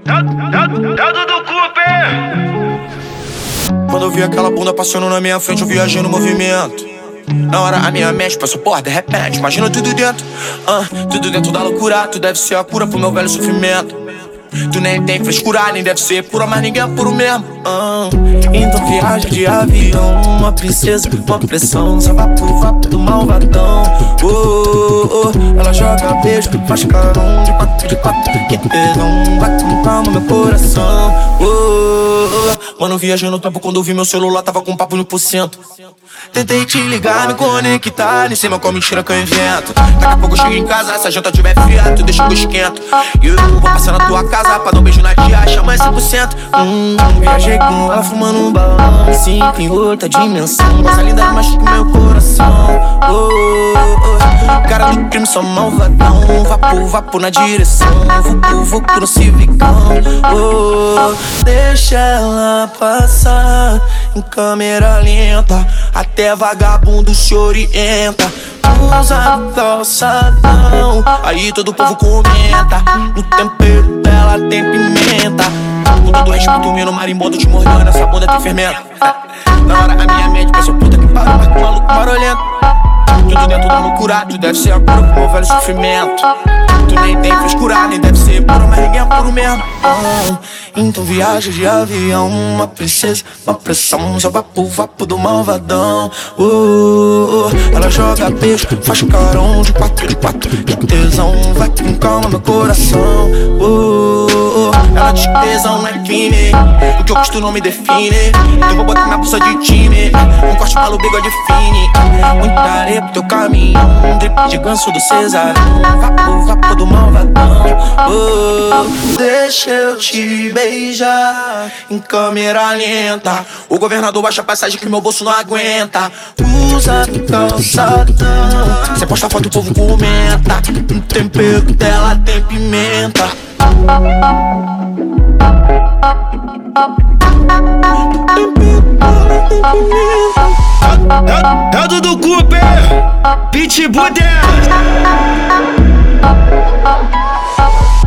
Dado do Cooper. Quando eu vi aquela bunda passando na minha frente, eu viajei no movimento. Na hora a minha mente passou, porra, de repente, imagina tudo dentro. Tudo dentro da loucura, tu deve ser a cura pro meu velho sofrimento. Tu nem tem frescura, nem deve ser pura, mas ninguém é puro mesmo. Então viaja de avião, uma princesa, uma pressão, só vapo do malvadão. Ela joga beijo, faz carão de quatro, que tesão, vai com calma meu coração. Mano, viajei no tempo quando eu vi meu celular, tava com papo 1%. Tentei te ligar, me conectar, nem sei mais qual mentira que eu invento. Daqui a pouco eu chego em casa, se a janta tiver fria, tu deixa que eu esquento. E eu vou passar na tua casa pra dar um beijo na tia, chama 100%. Viajei com ela fumando um balão, sim, em outra dimensão. Essa linda machuca meu coração. Cara do crime, só malvadão. Vapo na direção, vucu no civicão. Deixa ela passar em câmera lenta, até vagabundo se orienta. Usa calçadão, aí todo o povo comenta. No tempero dela tem pimenta. Com todo respeito, meu marimbondo te mordendo, essa bunda tem fermento. Na hora a minha mente pensou, puta que pariu, mas que maluco marolento. Tudo dentro da loucura, tu deve ser a cura pro meu velho sofrimento. Tu nem tem frescura, nem deve ser puro, mas ninguém é puro mesmo. Então viaja de avião, uma princesa, uma pressão, só vapo do malvadão. Ela joga beijo, faz carão de quatro, que tesão, vai com calma meu coração. Ela diz que tesão não é crime, o que eu gosto não me define. Então vou botar minha bolsa de time, um corte palo, bigode fine. Muita areia pro teu caminho, um drip de ganso do Cesarão. Vapo do malvadão. Deixa eu te beijar em câmera lenta. O governador baixa a passagem que meu bolso não aguenta. Usa calçadão, cê posta foto e o povo comenta. No tempero dela tem pimenta. Dado do Cooper, Pitbull.